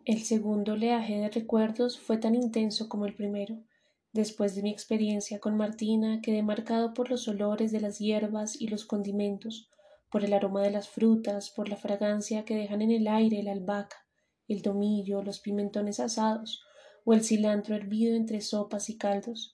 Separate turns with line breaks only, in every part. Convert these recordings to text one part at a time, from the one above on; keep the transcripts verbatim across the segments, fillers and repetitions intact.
El segundo oleaje de recuerdos fue tan intenso como el primero. Después de mi experiencia con Martina, quedé marcado por los olores de las hierbas y los condimentos, por el aroma de las frutas, por la fragancia que dejan en el aire la albahaca, el tomillo, los pimentones asados o el cilantro hervido entre sopas y caldos.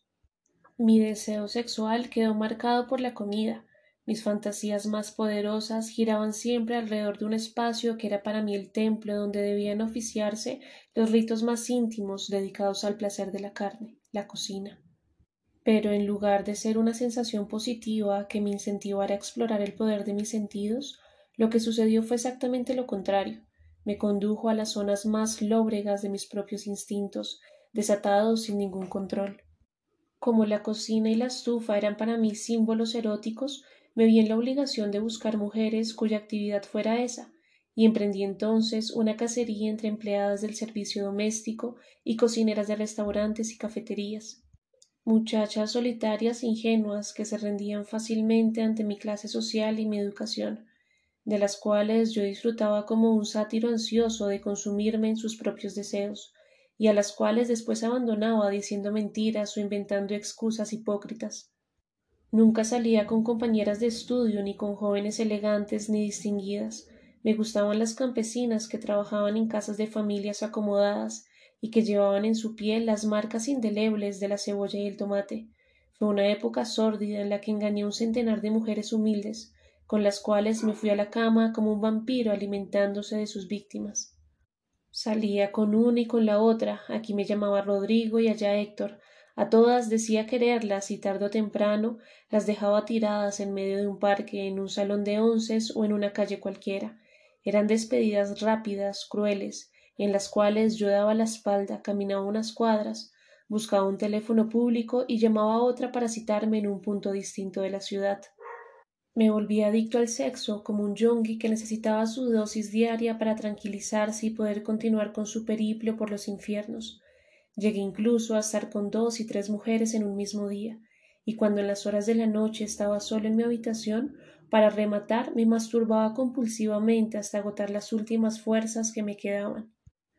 Mi deseo sexual quedó marcado por la comida. Mis fantasías más poderosas giraban siempre alrededor de un espacio que era para mí el templo donde debían oficiarse los ritos más íntimos dedicados al placer de la carne, la cocina. Pero en lugar de ser una sensación positiva que me incentivara a explorar el poder de mis sentidos, lo que sucedió fue exactamente lo contrario. Me condujo a las zonas más lóbregas de mis propios instintos, desatados sin ningún control. Como la cocina y la estufa eran para mí símbolos eróticos, me vi en la obligación de buscar mujeres cuya actividad fuera esa, y emprendí entonces una cacería entre empleadas del servicio doméstico y cocineras de restaurantes y cafeterías. Muchachas solitarias e ingenuas que se rendían fácilmente ante mi clase social y mi educación, de las cuales yo disfrutaba como un sátiro ansioso de consumirme en sus propios deseos, y a las cuales después abandonaba diciendo mentiras o inventando excusas hipócritas. Nunca salía con compañeras de estudio ni con jóvenes elegantes ni distinguidas. Me gustaban las campesinas que trabajaban en casas de familias acomodadas y que llevaban en su piel las marcas indelebles de la cebolla y el tomate. Fue una época sórdida en la que engañé a un centenar de mujeres humildes, con las cuales me fui a la cama como un vampiro alimentándose de sus víctimas. Salía con una y con la otra, aquí me llamaba Rodrigo y allá Héctor, a todas decía quererlas y tarde o temprano las dejaba tiradas en medio de un parque, en un salón de onces o en una calle cualquiera. Eran despedidas rápidas, crueles, en las cuales yo daba la espalda, caminaba unas cuadras, buscaba un teléfono público y llamaba a otra para citarme en un punto distinto de la ciudad. Me volví adicto al sexo, como un yonki que necesitaba su dosis diaria para tranquilizarse y poder continuar con su periplo por los infiernos. Llegué incluso a estar con dos y tres mujeres en un mismo día, y cuando en las horas de la noche estaba solo en mi habitación, para rematar me masturbaba compulsivamente hasta agotar las últimas fuerzas que me quedaban.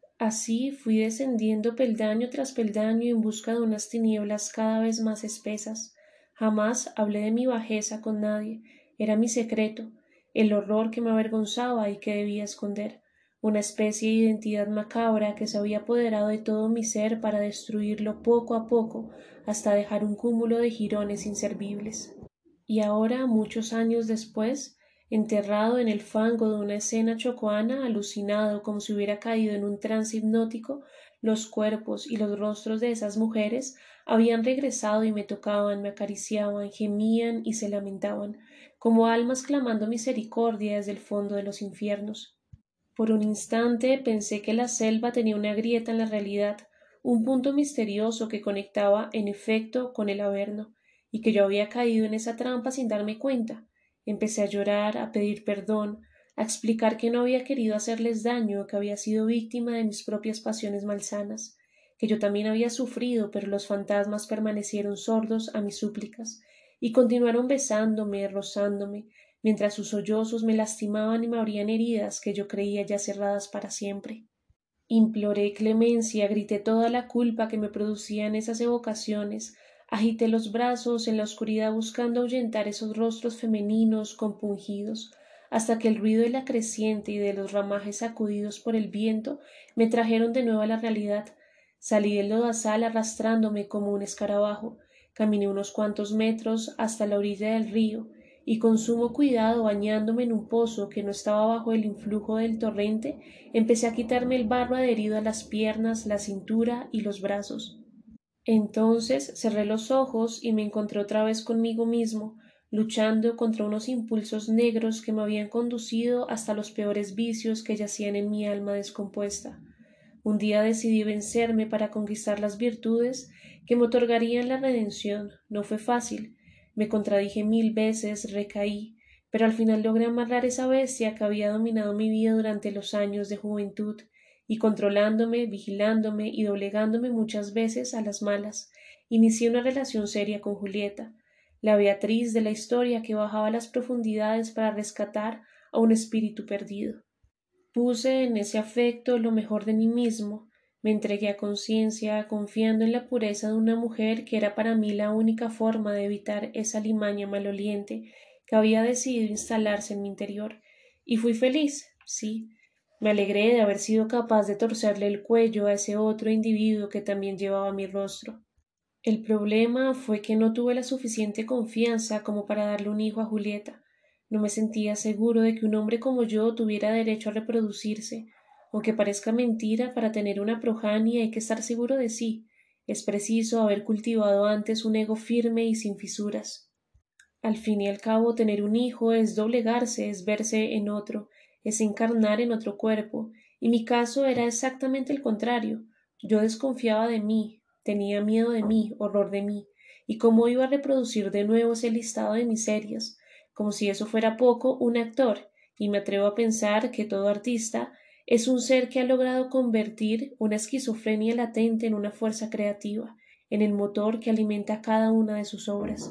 Así fui descendiendo peldaño tras peldaño en busca de unas tinieblas cada vez más espesas. Jamás hablé de mi bajeza con nadie. Era mi secreto, el horror que me avergonzaba y que debía esconder, una especie de identidad macabra que se había apoderado de todo mi ser para destruirlo poco a poco hasta dejar un cúmulo de jirones inservibles. Y ahora, muchos años después, enterrado en el fango de una escena chocoana, alucinado como si hubiera caído en un trance hipnótico, los cuerpos y los rostros de esas mujeres habían regresado y me tocaban, me acariciaban, gemían y se lamentaban, como almas clamando misericordia desde el fondo de los infiernos. Por un instante pensé que la selva tenía una grieta en la realidad, un punto misterioso que conectaba, en efecto, con el Averno, y que yo había caído en esa trampa sin darme cuenta. Empecé a llorar, a pedir perdón, a explicar que no había querido hacerles daño, que había sido víctima de mis propias pasiones malsanas, que yo también había sufrido, pero los fantasmas permanecieron sordos a mis súplicas, y continuaron besándome, rozándome, mientras sus sollozos me lastimaban y me abrían heridas que yo creía ya cerradas para siempre. Imploré clemencia, grité toda la culpa que me producían esas evocaciones, agité los brazos en la oscuridad buscando ahuyentar esos rostros femeninos compungidos, hasta que el ruido de la creciente y de los ramajes sacudidos por el viento me trajeron de nuevo a la realidad. Salí del lodazal arrastrándome como un escarabajo, caminé unos cuantos metros hasta la orilla del río, y con sumo cuidado bañándome en un pozo que no estaba bajo el influjo del torrente, empecé a quitarme el barro adherido a las piernas, la cintura y los brazos. Entonces cerré los ojos y me encontré otra vez conmigo mismo, luchando contra unos impulsos negros que me habían conducido hasta los peores vicios que yacían en mi alma descompuesta. Un día decidí vencerme para conquistar las virtudes que me otorgarían la redención. No fue fácil. Me contradije mil veces, recaí, pero al final logré amarrar esa bestia que había dominado mi vida durante los años de juventud, y controlándome, vigilándome y doblegándome muchas veces a las malas, inicié una relación seria con Julieta, la Beatriz de la historia que bajaba a las profundidades para rescatar a un espíritu perdido. Puse en ese afecto lo mejor de mí mismo, me entregué a conciencia, confiando en la pureza de una mujer que era para mí la única forma de evitar esa limaña maloliente que había decidido instalarse en mi interior, y fui feliz, sí. Me alegré de haber sido capaz de torcerle el cuello a ese otro individuo que también llevaba mi rostro. El problema fue que no tuve la suficiente confianza como para darle un hijo a Julieta. No me sentía seguro de que un hombre como yo tuviera derecho a reproducirse. Aunque parezca mentira, para tener una progenie hay que estar seguro de sí. Es preciso haber cultivado antes un ego firme y sin fisuras. Al fin y al cabo, tener un hijo es doblegarse, es verse en otro, es encarnar en otro cuerpo, y mi caso era exactamente el contrario. Yo desconfiaba de mí, tenía miedo de mí, horror de mí, y cómo iba a reproducir de nuevo ese listado de miserias, como si eso fuera poco, un actor, y me atrevo a pensar que todo artista es un ser que ha logrado convertir una esquizofrenia latente en una fuerza creativa, en el motor que alimenta cada una de sus obras.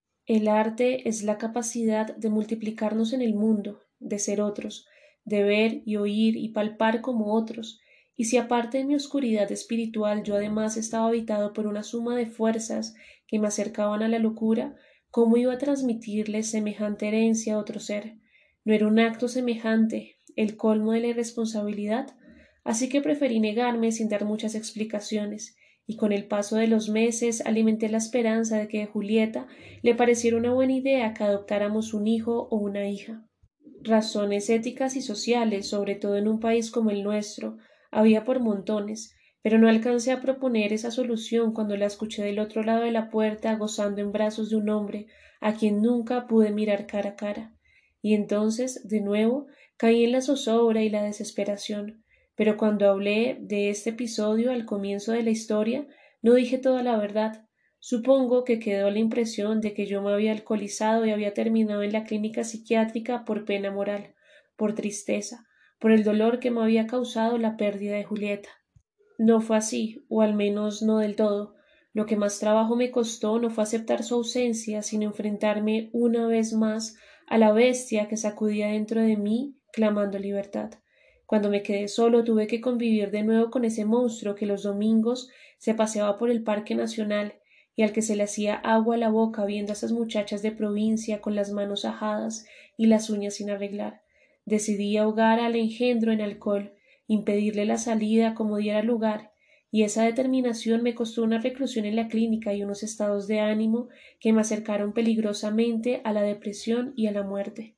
El arte es la capacidad de multiplicarnos en el mundo, de ser otros, de ver y oír y palpar como otros, y si aparte de mi oscuridad espiritual yo además estaba habitado por una suma de fuerzas que me acercaban a la locura, ¿cómo iba a transmitirle semejante herencia a otro ser? ¿No era un acto semejante el colmo de la irresponsabilidad? Así que preferí negarme sin dar muchas explicaciones, y con el paso de los meses alimenté la esperanza de que a Julieta le pareciera una buena idea que adoptáramos un hijo o una hija. Razones éticas y sociales, sobre todo en un país como el nuestro, había por montones, pero no alcancé a proponer esa solución cuando la escuché del otro lado de la puerta gozando en brazos de un hombre a quien nunca pude mirar cara a cara. Y entonces, de nuevo, caí en la zozobra y la desesperación. Pero cuando hablé de este episodio al comienzo de la historia, no dije toda la verdad. Supongo que quedó la impresión de que yo me había alcoholizado y había terminado en la clínica psiquiátrica por pena moral, por tristeza, por el dolor que me había causado la pérdida de Julieta. No fue así, o al menos no del todo. Lo que más trabajo me costó no fue aceptar su ausencia, sino enfrentarme una vez más a la bestia que sacudía dentro de mí, clamando libertad. Cuando me quedé solo tuve que convivir de nuevo con ese monstruo que los domingos se paseaba por el Parque Nacional y al que se le hacía agua a la boca viendo a esas muchachas de provincia con las manos ajadas y las uñas sin arreglar. Decidí ahogar al engendro en alcohol, impedirle la salida como diera lugar, y esa determinación me costó una reclusión en la clínica y unos estados de ánimo que me acercaron peligrosamente a la depresión y a la muerte.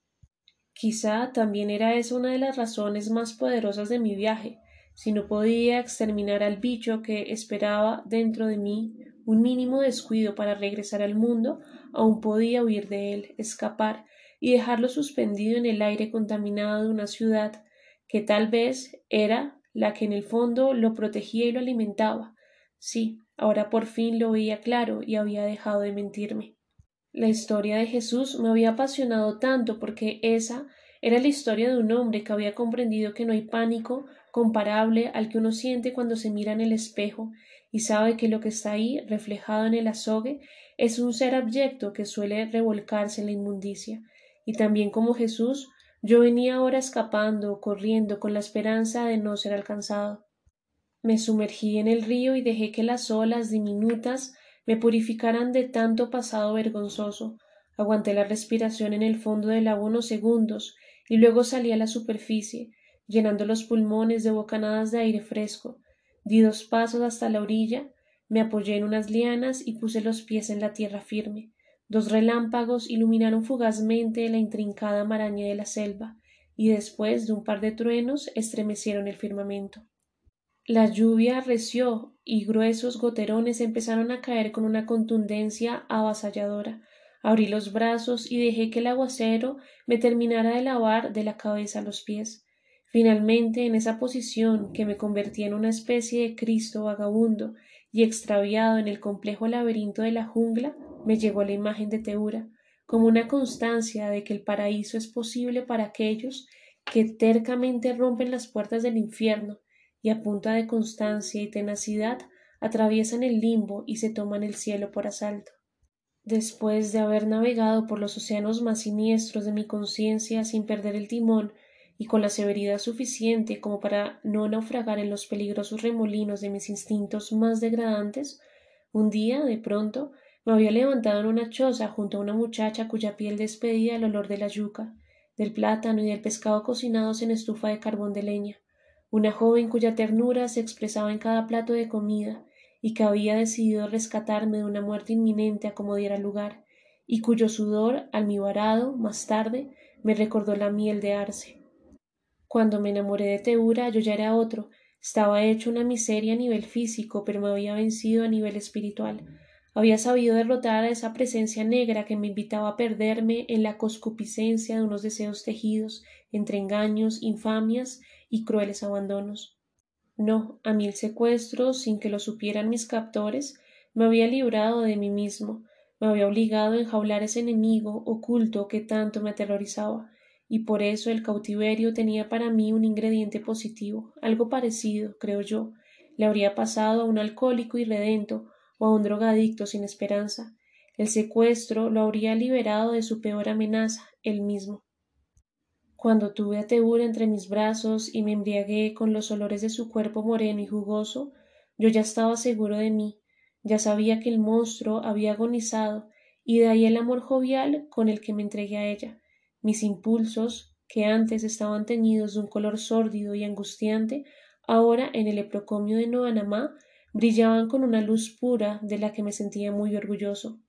Quizá también era esa una de las razones más poderosas de mi viaje. Si no podía exterminar al bicho que esperaba dentro de mí un mínimo descuido para regresar al mundo, aún podía huir de él, escapar y dejarlo suspendido en el aire contaminado de una ciudad que tal vez era la que en el fondo lo protegía y lo alimentaba. Sí, ahora por fin lo veía claro y había dejado de mentirme. La historia de Jesús me había apasionado tanto porque esa era la historia de un hombre que había comprendido que no hay pánico comparable al que uno siente cuando se mira en el espejo y sabe que lo que está ahí, reflejado en el azogue, es un ser abyecto que suele revolcarse en la inmundicia. Y también como Jesús, yo venía ahora escapando, corriendo, con la esperanza de no ser alcanzado. Me sumergí en el río y dejé que las olas diminutas me purificaran de tanto pasado vergonzoso. Aguanté la respiración en el fondo del agua unos segundos y luego salí a la superficie, llenando los pulmones de bocanadas de aire fresco. Di dos pasos hasta la orilla, me apoyé en unas lianas y puse los pies en la tierra firme. Dos relámpagos iluminaron fugazmente la intrincada maraña de la selva, y después de un par de truenos estremecieron el firmamento. La lluvia arreció y gruesos goterones empezaron a caer con una contundencia avasalladora. Abrí los brazos y dejé que el aguacero me terminara de lavar de la cabeza a los pies. Finalmente, en esa posición que me convertía en una especie de Cristo vagabundo y extraviado en el complejo laberinto de la jungla, me llegó la imagen de Teura, como una constancia de que el paraíso es posible para aquellos que tercamente rompen las puertas del infierno y a punta de constancia y tenacidad atraviesan el limbo y se toman el cielo por asalto. Después de haber navegado por los océanos más siniestros de mi conciencia sin perder el timón y con la severidad suficiente como para no naufragar en los peligrosos remolinos de mis instintos más degradantes, un día, de pronto, me había levantado en una choza junto a una muchacha cuya piel despedía el olor de la yuca, del plátano y del pescado cocinados en estufa de carbón de leña, una joven cuya ternura se expresaba en cada plato de comida y que había decidido rescatarme de una muerte inminente a como diera lugar, y cuyo sudor, almibarado, más tarde, me recordó la miel de arce. Cuando me enamoré de Teura yo ya era otro, estaba hecho una miseria a nivel físico, pero me había vencido a nivel espiritual. Había sabido derrotar a esa presencia negra que me invitaba a perderme en la concupiscencia de unos deseos tejidos entre engaños, infamias y crueles abandonos. No, a mil secuestros, sin que lo supieran mis captores, me había librado de mí mismo, me había obligado a enjaular ese enemigo oculto que tanto me aterrorizaba, y por eso el cautiverio tenía para mí un ingrediente positivo, algo parecido, creo yo, le habría pasado a un alcohólico irredento o a un drogadicto sin esperanza. El secuestro lo habría liberado de su peor amenaza, él mismo. Cuando tuve a Tebur entre mis brazos y me embriagué con los olores de su cuerpo moreno y jugoso, yo ya estaba seguro de mí, ya sabía que el monstruo había agonizado, y de ahí el amor jovial con el que me entregué a ella. Mis impulsos, que antes estaban teñidos de un color sórdido y angustiante, ahora en el eprocomio de Noanamá brillaban con una luz pura de la que me sentía muy orgulloso.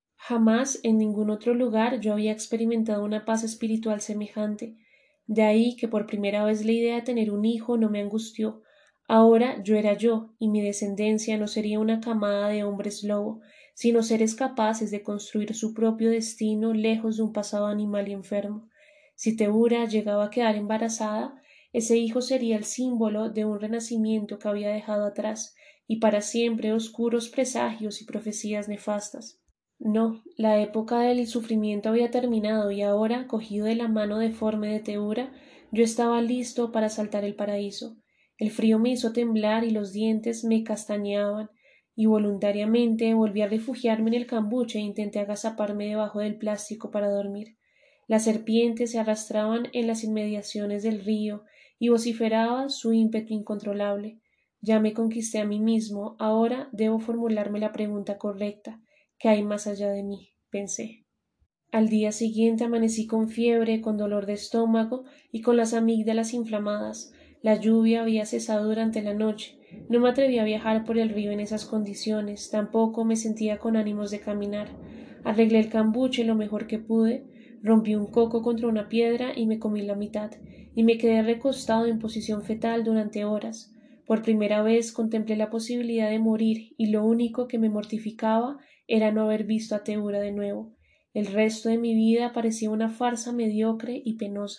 Jamás en ningún otro lugar yo había experimentado una paz espiritual semejante. De ahí que por primera vez la idea de tener un hijo no me angustió. Ahora yo era yo, y mi descendencia no sería una camada de hombres lobo, sino seres capaces de construir su propio destino lejos de un pasado animal y enfermo. Si Teura llegaba a quedar embarazada, ese hijo sería el símbolo de un renacimiento que había dejado atrás, y para siempre oscuros presagios y profecías nefastas. No, la época del sufrimiento había terminado y ahora, cogido de la mano deforme de Teura, yo estaba listo para saltar el paraíso. El frío me hizo temblar y los dientes me castañeaban, y voluntariamente volví a refugiarme en el cambuche e intenté agazaparme debajo del plástico para dormir. Las serpientes se arrastraban en las inmediaciones del río y vociferaba su ímpetu incontrolable. Ya me conquisté a mí mismo, ahora debo formularme la pregunta correcta. ¿Qué hay más allá de mí? Pensé. Al día siguiente amanecí con fiebre, con dolor de estómago y con las amígdalas inflamadas. La lluvia había cesado durante la noche. No me atreví a viajar por el río en esas condiciones, tampoco me sentía con ánimos de caminar. Arreglé el cambuche lo mejor que pude, rompí un coco contra una piedra y me comí la mitad, y me quedé recostado en posición fetal durante horas. Por primera vez contemplé la posibilidad de morir, y lo único que me mortificaba era no haber visto a Teura de nuevo. El resto de mi vida parecía una farsa mediocre y penosa.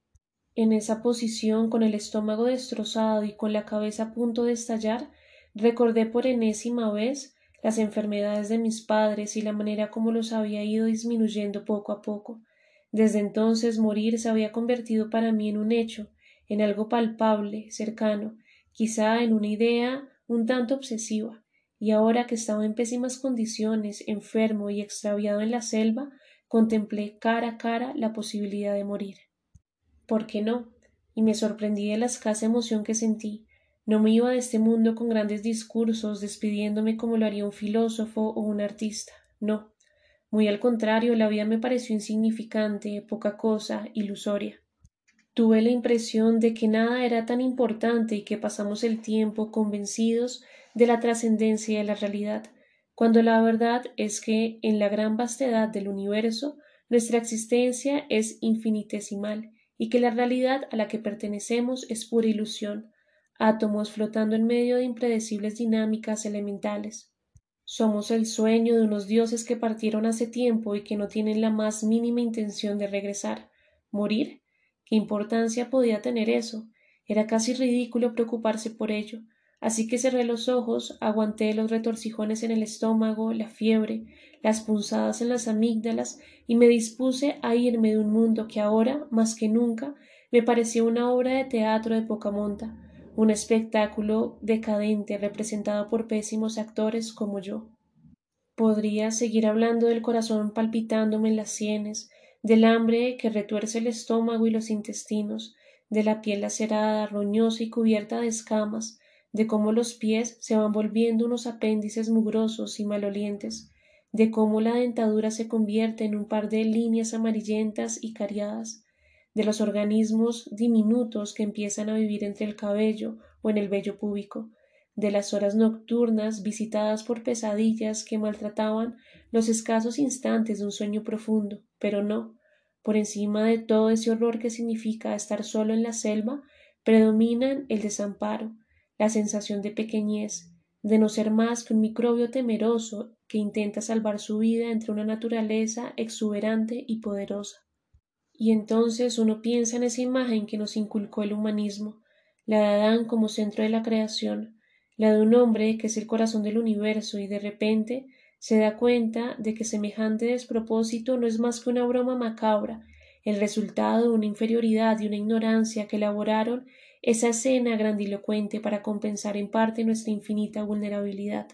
En esa posición, con el estómago destrozado y con la cabeza a punto de estallar, recordé por enésima vez las enfermedades de mis padres y la manera como los había ido disminuyendo poco a poco. Desde entonces morir se había convertido para mí en un hecho, en algo palpable, cercano, quizá en una idea un tanto obsesiva, y ahora que estaba en pésimas condiciones, enfermo y extraviado en la selva, contemplé cara a cara la posibilidad de morir. ¿Por qué no? Y me sorprendí de la escasa emoción que sentí. No me iba de este mundo con grandes discursos, despidiéndome como lo haría un filósofo o un artista. No. Muy al contrario, la vida me pareció insignificante, poca cosa, ilusoria. Tuve la impresión de que nada era tan importante y que pasamos el tiempo convencidos de la trascendencia de la realidad, cuando la verdad es que en la gran vastedad del universo nuestra existencia es infinitesimal y que la realidad a la que pertenecemos es pura ilusión, átomos flotando en medio de impredecibles dinámicas elementales. Somos el sueño de unos dioses que partieron hace tiempo y que no tienen la más mínima intención de regresar. ¿Morir? ¿Qué importancia podía tener eso? Era casi ridículo preocuparse por ello, así que cerré los ojos, aguanté los retorcijones en el estómago, la fiebre, las punzadas en las amígdalas y me dispuse a irme de un mundo que ahora, más que nunca, me parecía una obra de teatro de poca monta, un espectáculo decadente representado por pésimos actores como yo. Podría seguir hablando del corazón palpitándome en las sienes, del hambre que retuerce el estómago y los intestinos, de la piel lacerada, roñosa y cubierta de escamas, de cómo los pies se van volviendo unos apéndices mugrosos y malolientes, de cómo la dentadura se convierte en un par de líneas amarillentas y cariadas, de los organismos diminutos que empiezan a vivir entre el cabello o en el vello púbico, de las horas nocturnas visitadas por pesadillas que maltrataban los escasos instantes de un sueño profundo, pero no, por encima de todo ese horror que significa estar solo en la selva, predominan el desamparo, la sensación de pequeñez, de no ser más que un microbio temeroso que intenta salvar su vida entre una naturaleza exuberante y poderosa. Y entonces uno piensa en esa imagen que nos inculcó el humanismo, la de Adán como centro de la creación, la de un hombre que es el corazón del universo y de repente se da cuenta de que semejante despropósito no es más que una broma macabra, el resultado de una inferioridad y una ignorancia que elaboraron esa escena grandilocuente para compensar en parte nuestra infinita vulnerabilidad.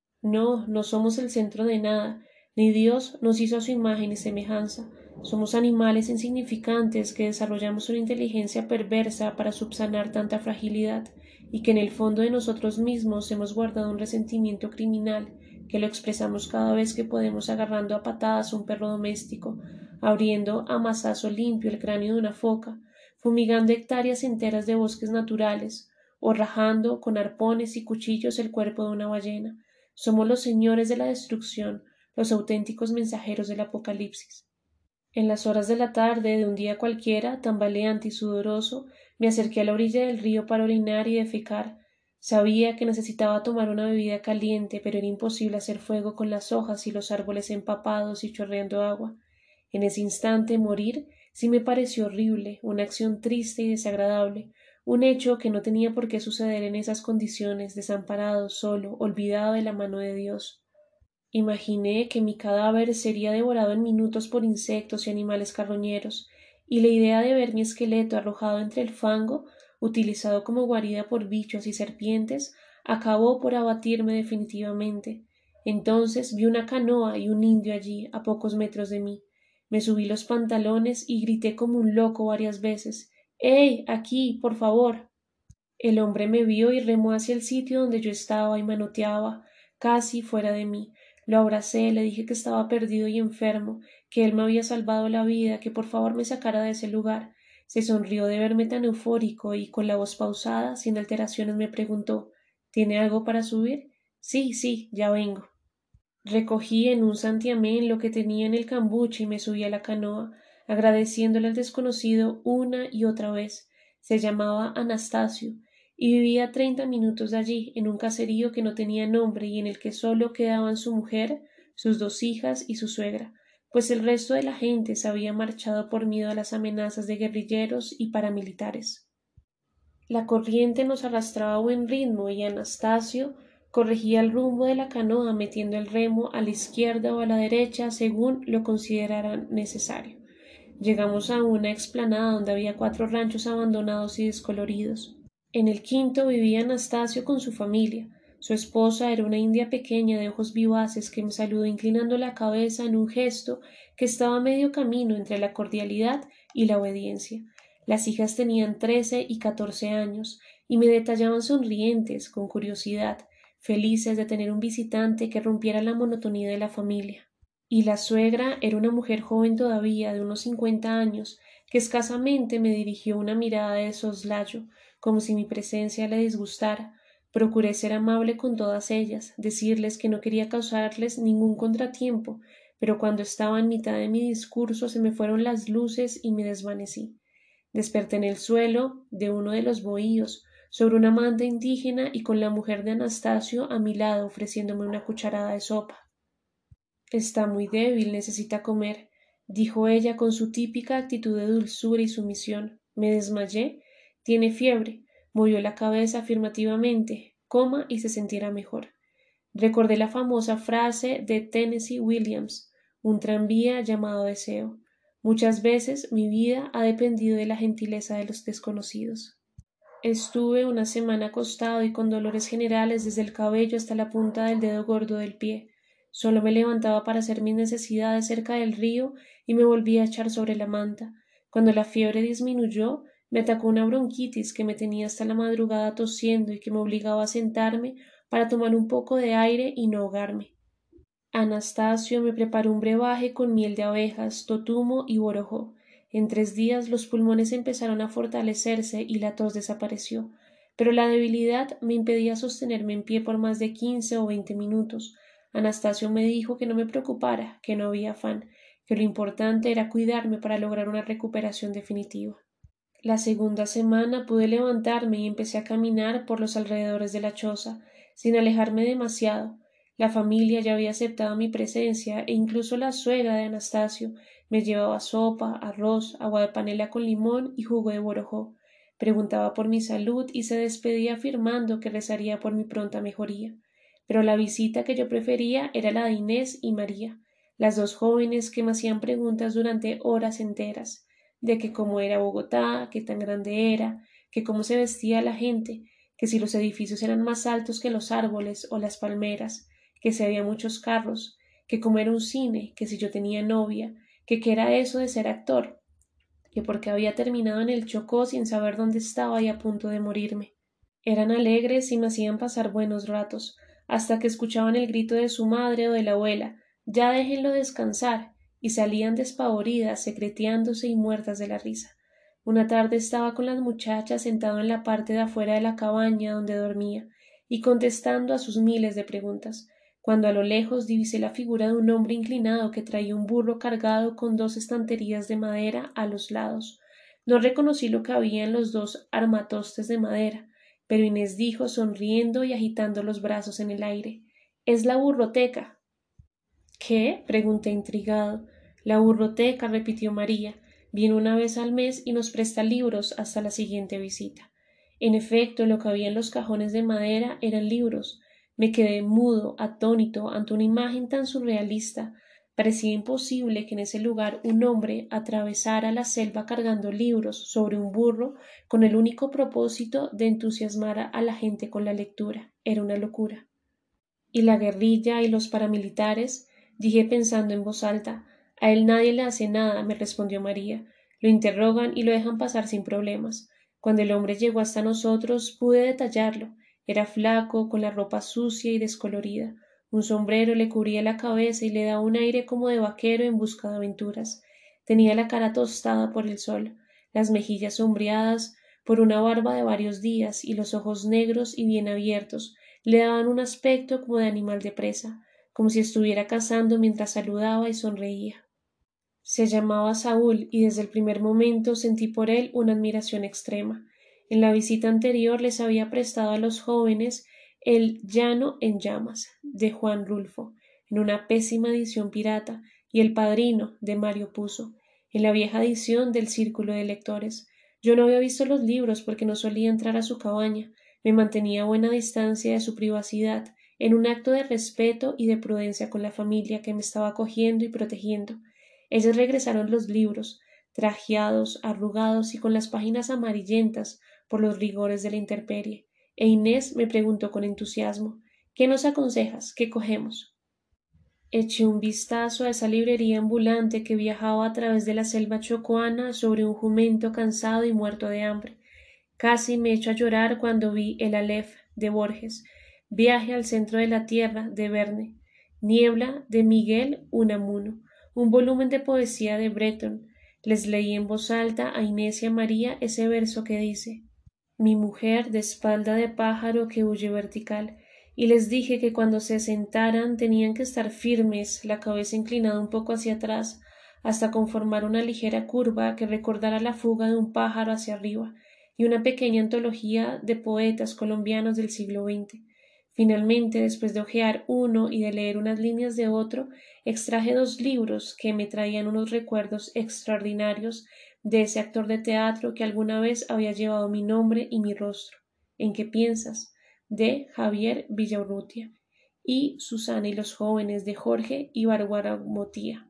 No, no somos el centro de nada, ni Dios nos hizo a su imagen y semejanza. Somos animales insignificantes que desarrollamos una inteligencia perversa para subsanar tanta fragilidad, y que en el fondo de nosotros mismos hemos guardado un resentimiento criminal, que lo expresamos cada vez que podemos agarrando a patadas a un perro doméstico, abriendo a mazazo limpio el cráneo de una foca, fumigando hectáreas enteras de bosques naturales, o rajando con arpones y cuchillos el cuerpo de una ballena. Somos los señores de la destrucción, los auténticos mensajeros del apocalipsis. En las horas de la tarde de un día cualquiera, tambaleante y sudoroso, me acerqué a la orilla del río para orinar y defecar. Sabía que necesitaba tomar una bebida caliente, pero era imposible hacer fuego con las hojas y los árboles empapados y chorreando agua. En ese instante morir sí me pareció horrible, una acción triste y desagradable, un hecho que no tenía por qué suceder en esas condiciones, desamparado, solo, olvidado de la mano de Dios. Imaginé que mi cadáver sería devorado en minutos por insectos y animales carroñeros, y la idea de ver mi esqueleto arrojado entre el fango, utilizado como guarida por bichos y serpientes, acabó por abatirme definitivamente. Entonces vi una canoa y un indio allí, a pocos metros de mí. Me subí los pantalones y grité como un loco varias veces. ¡Ey! Aquí, por favor. El hombre me vio y remó hacia el sitio donde yo estaba y manoteaba, casi fuera de mí. Lo abracé, le dije que estaba perdido y enfermo, que él me había salvado la vida, que por favor me sacara de ese lugar. Se sonrió de verme tan eufórico y, con la voz pausada, sin alteraciones, me preguntó ¿Tiene algo para subir? Sí, sí, ya vengo. Recogí en un santiamén lo que tenía en el cambuche y me subí a la canoa, agradeciéndole al desconocido una y otra vez. Se llamaba Anastasio y vivía a treinta minutos de allí, en un caserío que no tenía nombre y en el que solo quedaban su mujer, sus dos hijas y su suegra, pues el resto de la gente se había marchado por miedo a las amenazas de guerrilleros y paramilitares. La corriente nos arrastraba a buen ritmo y Anastasio corregía el rumbo de la canoa metiendo el remo a la izquierda o a la derecha según lo consideraran necesario. Llegamos a una explanada donde había cuatro ranchos abandonados y descoloridos. En el quinto vivía Anastasio con su familia. Su esposa era una india pequeña de ojos vivaces que me saludó inclinando la cabeza en un gesto que estaba a medio camino entre la cordialidad y la obediencia. Las hijas tenían trece y catorce años y me detallaban sonrientes, con curiosidad, felices de tener un visitante que rompiera la monotonía de la familia. Y la suegra era una mujer joven todavía, de unos cincuenta años, que escasamente me dirigió una mirada de soslayo, como si mi presencia le disgustara. Procuré ser amable con todas ellas, decirles que no quería causarles ningún contratiempo, pero cuando estaba en mitad de mi discurso se me fueron las luces y me desvanecí. Desperté en el suelo de uno de los bohíos, sobre una manta indígena y con la mujer de Anastasio a mi lado ofreciéndome una cucharada de sopa. Está muy débil, necesita comer, dijo ella con su típica actitud de dulzura y sumisión. Me desmayé. Tiene fiebre. Movió la cabeza afirmativamente. Coma y se sentirá mejor. Recordé la famosa frase de Tennessee Williams, un tranvía llamado deseo. Muchas veces mi vida ha dependido de la gentileza de los desconocidos. Estuve una semana acostado y con dolores generales desde el cabello hasta la punta del dedo gordo del pie. Solo me levantaba para hacer mis necesidades cerca del río y me volvía a echar sobre la manta. Cuando la fiebre disminuyó, Me atacó una bronquitis que me tenía hasta la madrugada tosiendo y que me obligaba a sentarme para tomar un poco de aire y no ahogarme. Anastasio me preparó un brebaje con miel de abejas, totumo y borojó. En tres días los pulmones empezaron a fortalecerse y la tos desapareció, pero la debilidad me impedía sostenerme en pie por más de quince o veinte minutos. Anastasio me dijo que no me preocupara, que no había afán, que lo importante era cuidarme para lograr una recuperación definitiva. La segunda semana pude levantarme y empecé a caminar por los alrededores de la choza, sin alejarme demasiado. La familia ya había aceptado mi presencia e incluso la suegra de Anastasio me llevaba sopa, arroz, agua de panela con limón y jugo de borojó. Preguntaba por mi salud y se despedía afirmando que rezaría por mi pronta mejoría. Pero la visita que yo prefería era la de Inés y María, las dos jóvenes que me hacían preguntas durante horas enteras de que cómo era Bogotá, qué tan grande era, que cómo se vestía la gente, que si los edificios eran más altos que los árboles o las palmeras, que si había muchos carros, que cómo era un cine, que si yo tenía novia, que qué era eso de ser actor, que porque había terminado en el Chocó sin saber dónde estaba y a punto de morirme. Eran alegres y me hacían pasar buenos ratos, hasta que escuchaban el grito de su madre o de la abuela, ya déjenlo descansar, y salían despavoridas, secreteándose y muertas de la risa. Una tarde estaba con las muchachas sentado en la parte de afuera de la cabaña donde dormía, y contestando a sus miles de preguntas, cuando a lo lejos divisé la figura de un hombre inclinado que traía un burro cargado con dos estanterías de madera a los lados. No reconocí lo que había en los dos armatostes de madera, pero Inés dijo sonriendo y agitando los brazos en el aire: «Es la burroteca». «¿Qué?», pregunté intrigado. «La burroteca», repitió María. «Viene una vez al mes y nos presta libros hasta la siguiente visita». En efecto, lo que había en los cajones de madera eran libros. Me quedé mudo, atónito, ante una imagen tan surrealista. Parecía imposible que en ese lugar un hombre atravesara la selva cargando libros sobre un burro con el único propósito de entusiasmar a la gente con la lectura. Era una locura. ¿Y la guerrilla y los paramilitares?, dije pensando en voz alta. A él nadie le hace nada, me respondió María. Lo interrogan y lo dejan pasar sin problemas. Cuando el hombre llegó hasta nosotros pude detallarlo. Era flaco, con la ropa sucia y descolorida. Un sombrero le cubría la cabeza y le daba un aire como de vaquero en busca de aventuras. Tenía la cara tostada por el sol, las mejillas sombreadas por una barba de varios días y los ojos negros y bien abiertos le daban un aspecto como de animal de presa, como si estuviera cazando mientras saludaba y sonreía. Se llamaba Saúl y desde el primer momento sentí por él una admiración extrema. En la visita anterior les había prestado a los jóvenes El Llano en Llamas, de Juan Rulfo, en una pésima edición pirata, y El Padrino, de Mario Puzo, en la vieja edición del Círculo de Lectores. Yo no había visto los libros porque no solía entrar a su cabaña, me mantenía a buena distancia de su privacidad, en un acto de respeto y de prudencia con la familia que me estaba acogiendo y protegiendo. Ellos regresaron los libros, trajeados, arrugados y con las páginas amarillentas por los rigores de la intemperie, e Inés me preguntó con entusiasmo: «¿Qué nos aconsejas? ¿Qué cogemos?». Eché un vistazo a esa librería ambulante que viajaba a través de la selva chocuana sobre un jumento cansado y muerto de hambre. Casi me echo a llorar cuando vi El Aleph, de Borges, Viaje al centro de la tierra, de Verne, Niebla, de Miguel Unamuno, un volumen de poesía de Breton. Les leí en voz alta a Inés y a María ese verso que dice: «Mi mujer de espalda de pájaro que huye vertical», y les dije que cuando se sentaran tenían que estar firmes, la cabeza inclinada un poco hacia atrás, hasta conformar una ligera curva que recordara la fuga de un pájaro hacia arriba, y una pequeña antología de poetas colombianos del siglo veinte. Finalmente, después de hojear uno y de leer unas líneas de otro, extraje dos libros que me traían unos recuerdos extraordinarios de ese actor de teatro que alguna vez había llevado mi nombre y mi rostro. ¿En qué piensas?, de Javier Villaurrutia, y Susana y los jóvenes, de Jorge Ibargüengoitia.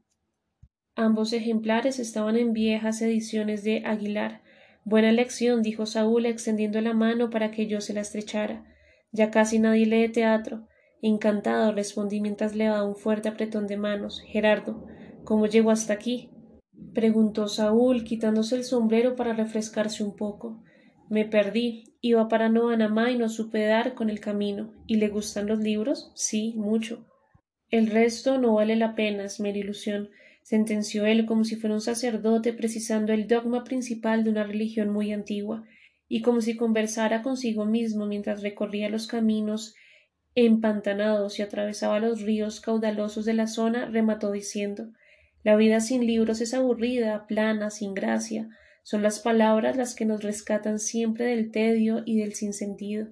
Ambos ejemplares estaban en viejas ediciones de Aguilar. «Buena elección», dijo Saúl extendiendo la mano para que yo se la estrechara. «Ya casi nadie lee teatro». «Encantado», respondí mientras le daba un fuerte apretón de manos. «Gerardo, ¿cómo llegó hasta aquí?». Preguntó Saúl, quitándose el sombrero para refrescarse un poco. Me perdí. Iba para Noanamá y no supe dar con el camino. ¿Y le gustan los libros? Sí, mucho. El resto no vale la pena, es mera ilusión, sentenció él como si fuera un sacerdote precisando el dogma principal de una religión muy antigua, y como si conversara consigo mismo mientras recorría los caminos empantanados y atravesaba los ríos caudalosos de la zona, remató diciendo la vida sin libros es aburrida, plana, sin gracia. Son las palabras las que nos rescatan siempre del tedio y del sinsentido.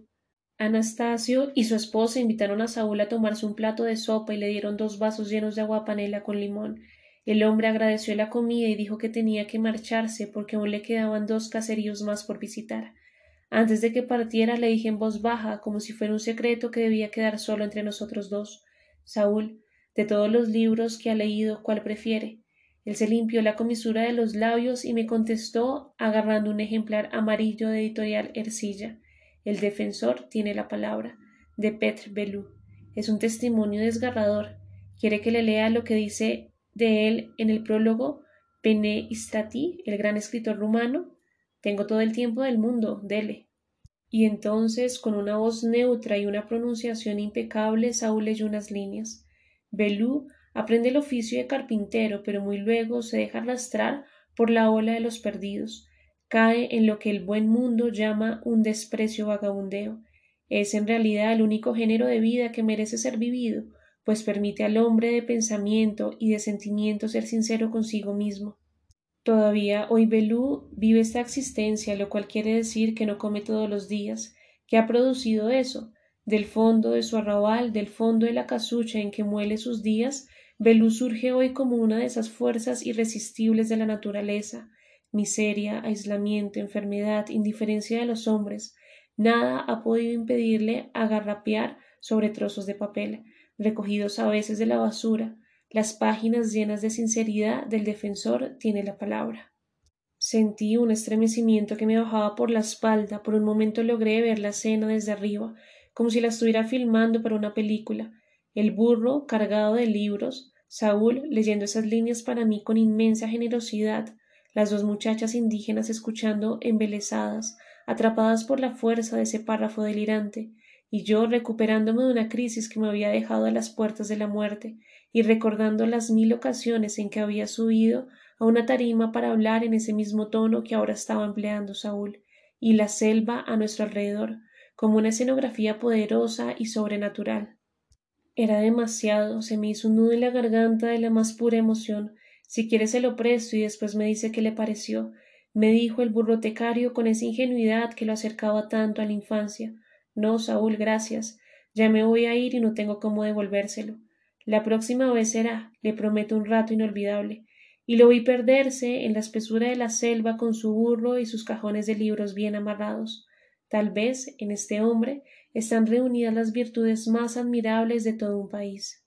Anastasio y su esposa invitaron a Saúl a tomarse un plato de sopa y le dieron dos vasos llenos de agua panela con limón. El hombre agradeció la comida y dijo que tenía que marcharse porque aún le quedaban dos caseríos más por visitar. Antes de que partiera le dije en voz baja, como si fuera un secreto que debía quedar solo entre nosotros dos. Saúl, de todos los libros que ha leído, ¿cuál prefiere? Él se limpió la comisura de los labios y me contestó agarrando un ejemplar amarillo de editorial Ercilla. El defensor tiene la palabra, de Petr Belú. Es un testimonio desgarrador. ¿Quiere que le lea lo que dice de él en el prólogo Pene Istrati, el gran escritor rumano? Tengo todo el tiempo del mundo, dele. Y entonces, con una voz neutra y una pronunciación impecable, Saúl leyó unas líneas. Belú aprende el oficio de carpintero, pero muy luego se deja arrastrar por la ola de los perdidos. Cae en lo que el buen mundo llama un desprecio vagabundeo. Es en realidad el único género de vida que merece ser vivido, pues permite al hombre de pensamiento y de sentimiento ser sincero consigo mismo. Todavía hoy Belú vive esta existencia, lo cual quiere decir que no come todos los días. ¿Qué ha producido eso? Del fondo de su arrabal, del fondo de la casucha en que muele sus días, Belú surge hoy como una de esas fuerzas irresistibles de la naturaleza. Miseria, aislamiento, enfermedad, indiferencia de los hombres. Nada ha podido impedirle agarrapear sobre trozos de papel, recogidos a veces de la basura, las páginas llenas de sinceridad del defensor tiene la palabra. Sentí un estremecimiento que me bajaba por la espalda. Por un momento logré ver la escena desde arriba, como si la estuviera filmando para una película. El burro cargado de libros, Saúl leyendo esas líneas para mí con inmensa generosidad, las dos muchachas indígenas escuchando embelesadas, atrapadas por la fuerza de ese párrafo delirante, y yo recuperándome de una crisis que me había dejado a las puertas de la muerte, y recordando las mil ocasiones en que había subido a una tarima para hablar en ese mismo tono que ahora estaba empleando Saúl, y la selva a nuestro alrededor, como una escenografía poderosa y sobrenatural. Era demasiado, se me hizo un nudo en la garganta de la más pura emoción. Si quiere se lo presto y después me dice qué le pareció, me dijo el burrotecario con esa ingenuidad que lo acercaba tanto a la infancia. No, Saúl, gracias. Ya me voy a ir y no tengo cómo devolvérselo. La próxima vez será, le prometo, un rato inolvidable. Y lo vi perderse en la espesura de la selva con su burro y sus cajones de libros bien amarrados. Tal vez en este hombre están reunidas las virtudes más admirables de todo un país.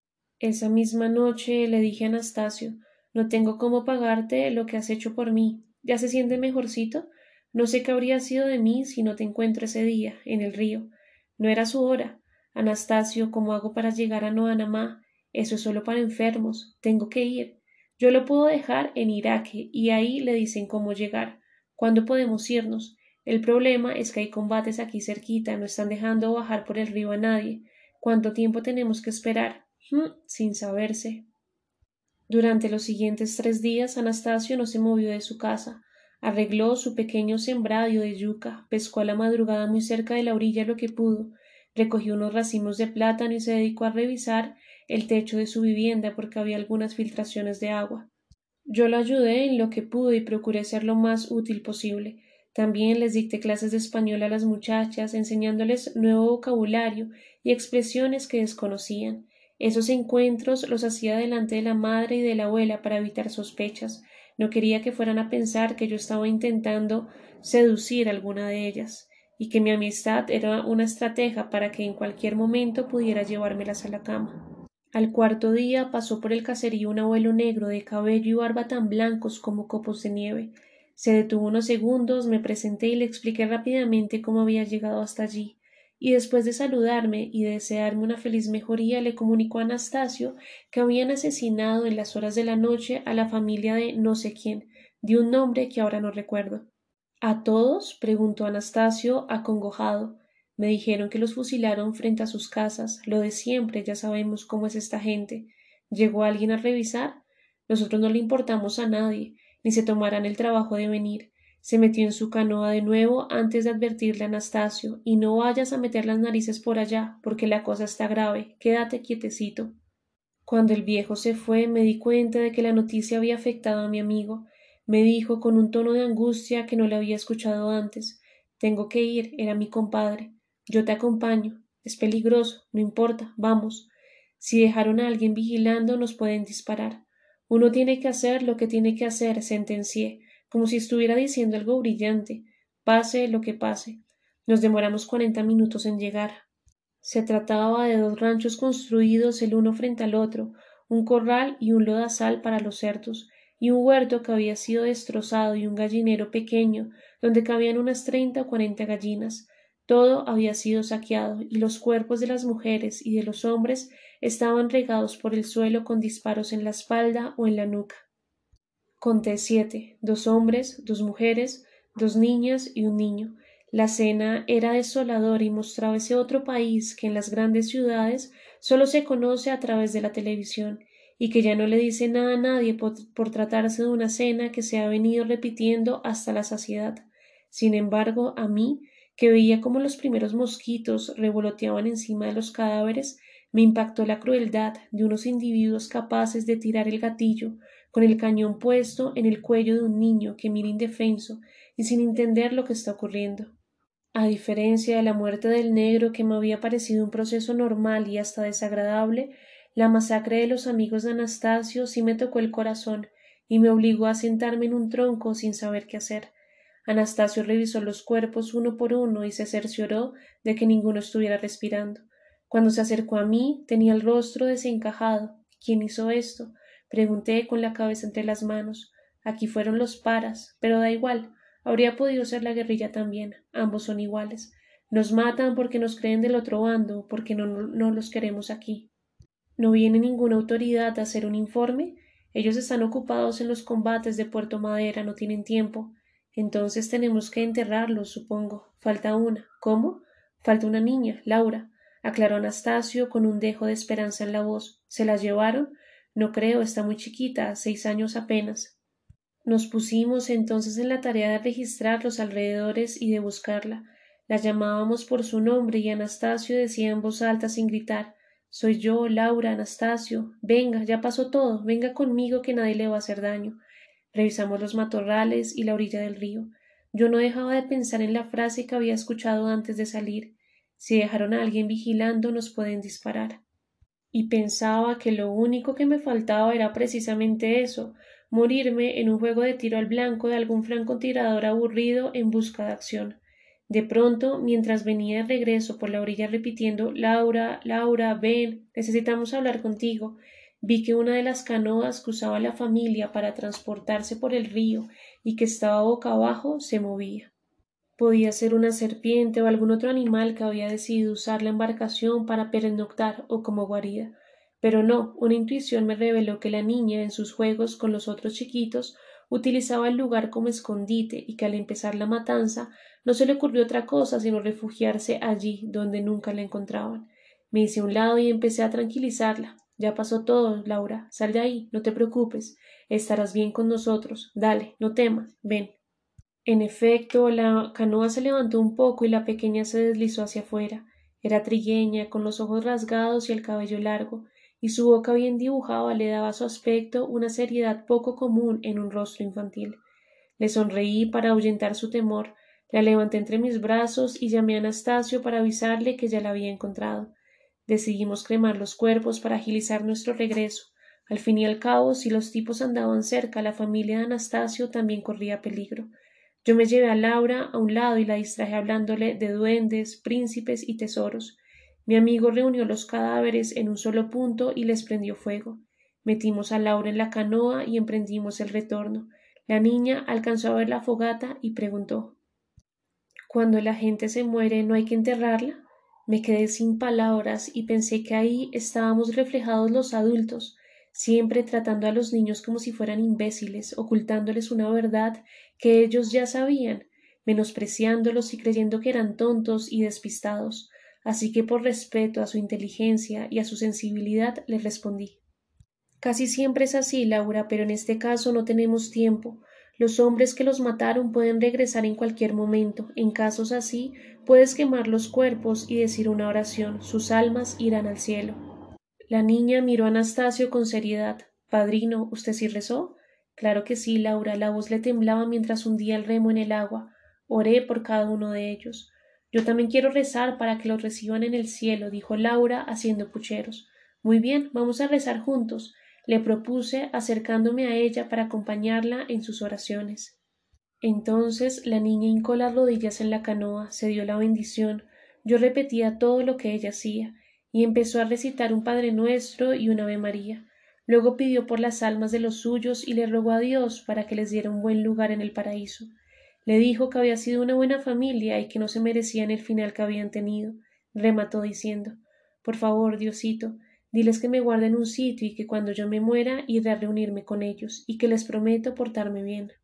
Esa misma noche le dije a Anastasio, no tengo cómo pagarte lo que has hecho por mí. ¿Ya se siente mejorcito? No sé qué habría sido de mí si no te encuentro ese día, en el río. No era su hora. Anastasio, ¿cómo hago para llegar a Noanamá? Eso es solo para enfermos. Tengo que ir. Yo lo puedo dejar en Iraque y ahí le dicen cómo llegar. ¿Cuándo podemos irnos? El problema es que hay combates aquí cerquita, no están dejando bajar por el río a nadie. ¿Cuánto tiempo tenemos que esperar? Hmm, sin saberse. Durante los siguientes tres días Anastasio no se movió de su casa. Arregló su pequeño sembradío de yuca, pescó a la madrugada muy cerca de la orilla lo que pudo, recogió unos racimos de plátano y se dedicó a revisar el techo de su vivienda porque había algunas filtraciones de agua. Yo lo ayudé en lo que pude y procuré ser lo más útil posible. También les dicté clases de español a las muchachas, enseñándoles nuevo vocabulario y expresiones que desconocían. Esos encuentros los hacía delante de la madre y de la abuela para evitar sospechas. No quería que fueran a pensar que yo estaba intentando seducir a alguna de ellas, y que mi amistad era una estrategia para que en cualquier momento pudiera llevármelas a la cama. Al cuarto día pasó por el caserío un abuelo negro de cabello y barba tan blancos como copos de nieve. Se detuvo unos segundos, me presenté y le expliqué rápidamente cómo había llegado hasta allí, y después de saludarme y de desearme una feliz mejoría le comunicó a Anastasio que habían asesinado en las horas de la noche a la familia de no sé quién, de un nombre que ahora no recuerdo. ¿A todos? Preguntó Anastasio, acongojado. Me dijeron que los fusilaron frente a sus casas, lo de siempre, ya sabemos cómo es esta gente. ¿Llegó alguien a revisar? Nosotros no le importamos a nadie, ni se tomarán el trabajo de venir. Se metió en su canoa de nuevo antes de advertirle a Anastasio, y no vayas a meter las narices por allá, porque la cosa está grave. Quédate quietecito. Cuando el viejo se fue, me di cuenta de que la noticia había afectado a mi amigo. Me dijo con un tono de angustia que no le había escuchado antes. Tengo que ir, era mi compadre. Yo te acompaño. Es peligroso, no importa, vamos. Si dejaron a alguien vigilando, nos pueden disparar. Uno tiene que hacer lo que tiene que hacer, sentencié, como si estuviera diciendo algo brillante. Pase lo que pase. Nos demoramos cuarenta minutos en llegar. Se trataba de dos ranchos construidos el uno frente al otro, un corral y un lodazal para los cerdos, y un huerto que había sido destrozado y un gallinero pequeño donde cabían unas treinta o cuarenta gallinas. Todo había sido saqueado, y los cuerpos de las mujeres y de los hombres estaban regados por el suelo con disparos en la espalda o en la nuca. Conté siete, dos hombres, dos mujeres, dos niñas y un niño. La escena era desoladora y mostraba ese otro país que en las grandes ciudades solo se conoce a través de la televisión y que ya no le dice nada a nadie por, por tratarse de una escena que se ha venido repitiendo hasta la saciedad. Sin embargo, a mí, que veía como los primeros mosquitos revoloteaban encima de los cadáveres, me impactó la crueldad de unos individuos capaces de tirar el gatillo con el cañón puesto en el cuello de un niño que mira indefenso y sin entender lo que está ocurriendo. A diferencia de la muerte del negro, que me había parecido un proceso normal y hasta desagradable, la masacre de los amigos de Anastasio sí me tocó el corazón y me obligó a sentarme en un tronco sin saber qué hacer. Anastasio revisó los cuerpos uno por uno y se cercioró de que ninguno estuviera respirando. Cuando se acercó a mí, tenía el rostro desencajado. ¿Quién hizo esto? Pregunté con la cabeza entre las manos. Aquí fueron los paras, pero da igual. Habría podido ser la guerrilla también. Ambos son iguales. Nos matan porque nos creen del otro bando, porque no, no, no los queremos aquí. ¿No viene ninguna autoridad a hacer un informe? Ellos están ocupados en los combates de Puerto Madera, no tienen tiempo. Entonces tenemos que enterrarlos, supongo. Falta una. ¿Cómo? Falta una niña, Laura, aclaró Anastasio con un dejo de esperanza en la voz. ¿Se la llevaron? No creo, está muy chiquita, seis años apenas. Nos pusimos entonces en la tarea de registrar los alrededores y de buscarla. La llamábamos por su nombre y Anastasio decía en voz alta sin gritar: Soy yo, Laura, Anastasio. Venga, ya pasó todo. Venga conmigo que nadie le va a hacer daño. Revisamos los matorrales y la orilla del río. Yo no dejaba de pensar en la frase que había escuchado antes de salir: si dejaron a alguien vigilando, nos pueden disparar. Y pensaba que lo único que me faltaba era precisamente eso, morirme en un juego de tiro al blanco de algún francotirador aburrido en busca de acción. De pronto, mientras venía de regreso por la orilla repitiendo Laura, Laura, ven, necesitamos hablar contigo, vi que una de las canoas que usaba la familia para transportarse por el río y que estaba boca abajo se movía. Podía ser una serpiente o algún otro animal que había decidido usar la embarcación para pernoctar o como guarida. Pero no, una intuición me reveló que la niña, en sus juegos con los otros chiquitos, utilizaba el lugar como escondite y que al empezar la matanza no se le ocurrió otra cosa sino refugiarse allí donde nunca la encontraban. Me hice a un lado y empecé a tranquilizarla. Ya pasó todo, Laura. Sal de ahí, no te preocupes. Estarás bien con nosotros. Dale, no temas. Ven. En efecto, la canoa se levantó un poco y la pequeña se deslizó hacia afuera. Era trigueña, con los ojos rasgados y el cabello largo, y su boca bien dibujada le daba a su aspecto una seriedad poco común en un rostro infantil. Le sonreí para ahuyentar su temor, la levanté entre mis brazos y llamé a Anastasio para avisarle que ya la había encontrado. Decidimos cremar los cuerpos para agilizar nuestro regreso. Al fin y al cabo, si los tipos andaban cerca, la familia de Anastasio también corría peligro. Yo me llevé a Laura a un lado y la distraje hablándole de duendes, príncipes y tesoros. Mi amigo reunió los cadáveres en un solo punto y les prendió fuego. Metimos a Laura en la canoa y emprendimos el retorno. La niña alcanzó a ver la fogata y preguntó: ¿Cuando la gente se muere no hay que enterrarla? Me quedé sin palabras y pensé que ahí estábamos reflejados los adultos, siempre tratando a los niños como si fueran imbéciles, ocultándoles una verdad que ellos ya sabían, menospreciándolos y creyendo que eran tontos y despistados. Así que por respeto a su inteligencia y a su sensibilidad les respondí. Casi siempre es así, Laura, pero en este caso no tenemos tiempo. Los hombres que los mataron pueden regresar en cualquier momento. En casos así, puedes quemar los cuerpos y decir una oración. Sus almas irán al cielo. La niña miró a Anastasio con seriedad. Padrino, ¿usted sí rezó? Claro que sí, Laura. La voz le temblaba mientras hundía el remo en el agua. Oré por cada uno de ellos. Yo también quiero rezar para que los reciban en el cielo, dijo Laura, haciendo pucheros. Muy bien, vamos a rezar juntos, le propuse, acercándome a ella para acompañarla en sus oraciones. Entonces la niña hincó las rodillas en la canoa, se dio la bendición, yo repetía todo lo que ella hacía, y empezó a recitar un Padre Nuestro y un Ave María. Luego pidió por las almas de los suyos y le rogó a Dios para que les diera un buen lugar en el paraíso. Le dijo que había sido una buena familia y que no se merecían el final que habían tenido. Remató diciendo: Por favor, Diosito, diles que me guarden un sitio y que cuando yo me muera iré a reunirme con ellos, y que les prometo portarme bien.